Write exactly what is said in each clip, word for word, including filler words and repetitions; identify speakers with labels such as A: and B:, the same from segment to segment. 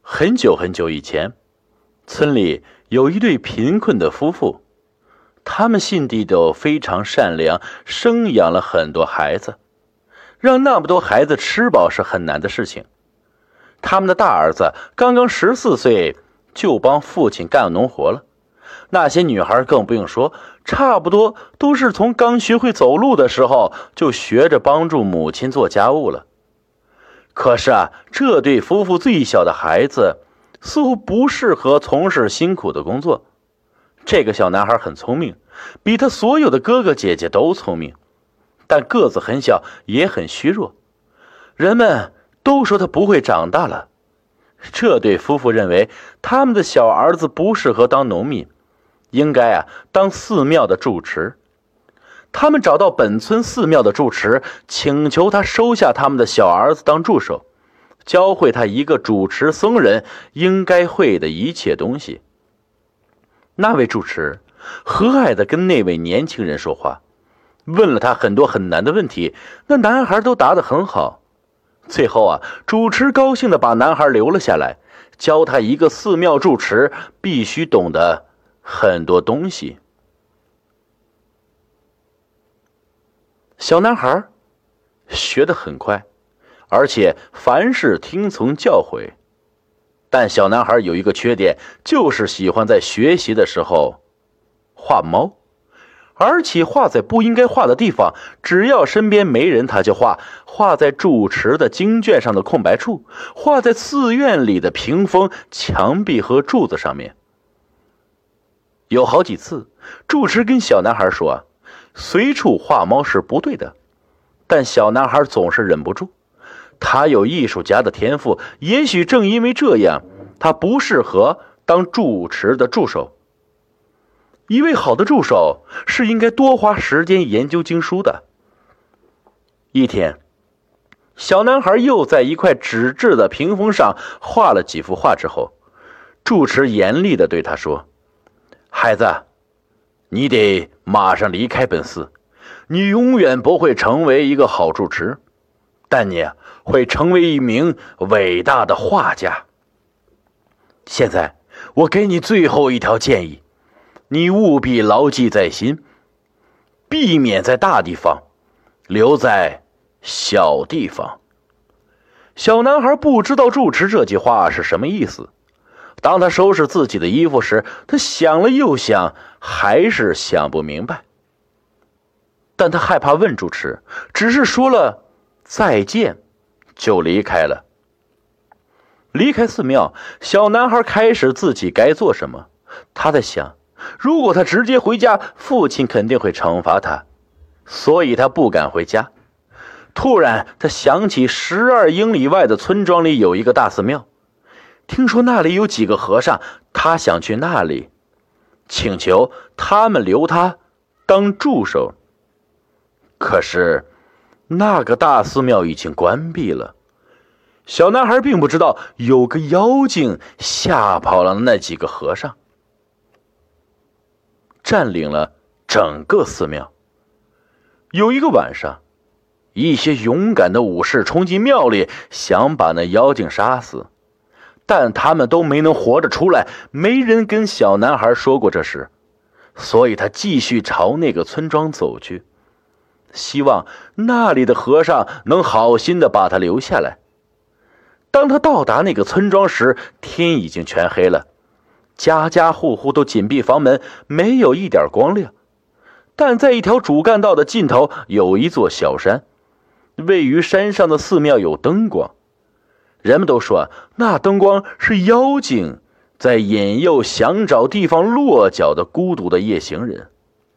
A: 很久很久以前，村里有一对贫困的夫妇，他们心地都非常善良，生养了很多孩子。让那么多孩子吃饱是很难的事情。他们的大儿子刚刚十四岁，就帮父亲干农活了。那些女孩更不用说，差不多都是从刚学会走路的时候就学着帮助母亲做家务了。可是啊，这对夫妇最小的孩子似乎不适合从事辛苦的工作。这个小男孩很聪明，比他所有的哥哥姐姐都聪明，但个子很小，也很虚弱。人们都说他不会长大了。这对夫妇认为他们的小儿子不适合当农民，应该啊当寺庙的住持。他们找到本村寺庙的住持，请求他收下他们的小儿子当助手，教会他一个主持僧人应该会的一切东西。那位住持和蔼地跟那位年轻人说话，问了他很多很难的问题，那男孩都答得很好。最后啊，主持高兴地把男孩留了下来，教他一个寺庙住持必须懂得很多东西。小男孩学得很快，而且凡事听从教诲。但小男孩有一个缺点，就是喜欢在学习的时候画猫，而且画在不应该画的地方，只要身边没人他就画，画在住持的经卷上的空白处，画在寺院里的屏风、墙壁和柱子上面。有好几次，住持跟小男孩说，随处画猫是不对的，但小男孩总是忍不住。他有艺术家的天赋，也许正因为这样，他不适合当住持的助手。一位好的助手是应该多花时间研究经书的。一天，小男孩又在一块纸质的屏风上画了几幅画之后，住持严厉地对他说，孩子，你得马上离开本寺，你永远不会成为一个好住持，但你会成为一名伟大的画家。现在我给你最后一条建议，你务必牢记在心，避免在大地方，留在小地方。小男孩不知道住持这句话是什么意思。当他收拾自己的衣服时，他想了又想，还是想不明白。但他害怕问住持，只是说了再见就离开了。离开寺庙，小男孩开始自己该做什么。他在想，如果他直接回家，父亲肯定会惩罚他，所以他不敢回家。突然他想起十二英里外的村庄里有一个大寺庙，听说那里有几个和尚，他想去那里请求他们留他当助手。可是那个大寺庙已经关闭了。小男孩并不知道有个妖精吓跑了那几个和尚，占领了整个寺庙。有一个晚上，一些勇敢的武士冲进庙里，想把那妖精杀死，但他们都没能活着出来。没人跟小男孩说过这事，所以他继续朝那个村庄走去，希望那里的和尚能好心的把他留下来。当他到达那个村庄时，天已经全黑了，家家户户都紧闭房门，没有一点光亮。但在一条主干道的尽头有一座小山，位于山上的寺庙有灯光。人们都说那灯光是妖精在引诱想找地方落脚的孤独的夜行人。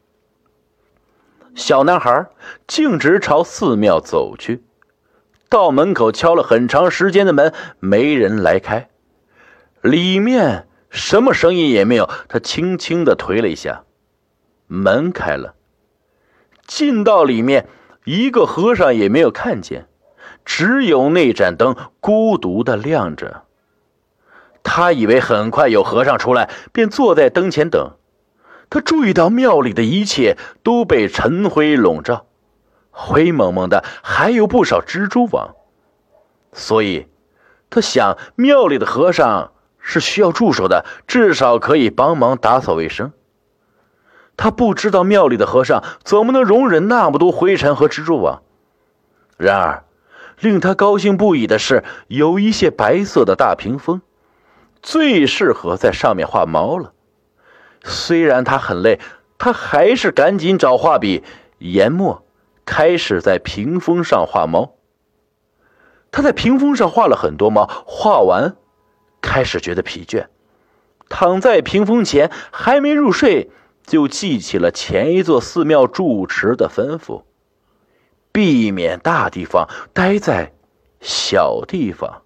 A: 小男孩径直朝寺庙走去，到门口敲了很长时间的门，没人来开。里面什么声音也没有，他轻轻地推了一下，门开了。进到里面，一个和尚也没有看见，只有那盏灯孤独地亮着。他以为很快有和尚出来，便坐在灯前等。他注意到庙里的一切都被尘灰笼罩，灰蒙蒙的，还有不少蜘蛛网，所以他想，庙里的和尚是需要助手的，至少可以帮忙打扫卫生。他不知道庙里的和尚怎么能容忍那么多灰尘和蜘蛛网。然而令他高兴不已的是，有一些白色的大屏风，最适合在上面画猫了。虽然他很累，他还是赶紧找画笔、研墨，开始在屏风上画猫。他在屏风上画了很多猫，画完开始觉得疲倦，躺在屏风前还没入睡，就记起了前一座寺庙住持的吩咐，避免大地方，待在小地方。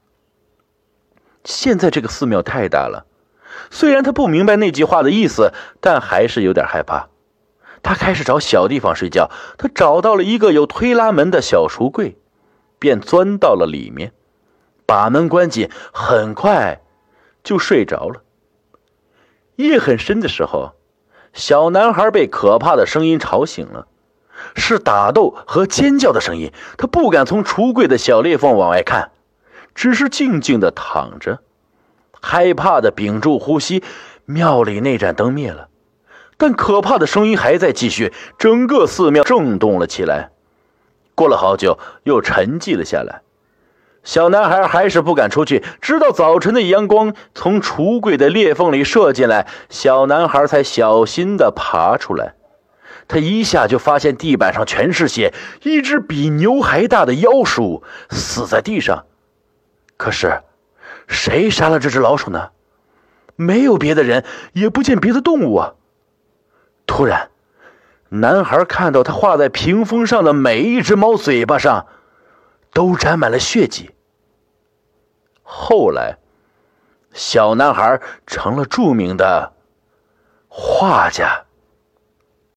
A: 现在这个寺庙太大了，虽然他不明白那句话的意思，但还是有点害怕。他开始找小地方睡觉，他找到了一个有推拉门的小橱柜，便钻到了里面，把门关紧，很快就睡着了。夜很深的时候，小男孩被可怕的声音吵醒了，是打斗和尖叫的声音。他不敢从橱柜的小裂缝往外看，只是静静地躺着，害怕地屏住呼吸。庙里那盏灯灭了，但可怕的声音还在继续，整个寺庙震动了起来。过了好久，又沉寂了下来。小男孩还是不敢出去，直到早晨的阳光从橱柜的裂缝里射进来，小男孩才小心地爬出来。他一下就发现地板上全是血，一只比牛还大的妖鼠死在地上。可是谁杀了这只老鼠呢？没有别的人，也不见别的动物啊。突然，男孩看到他画在屏风上的每一只猫嘴巴上都沾满了血迹。后来，小男孩成了著名的画家。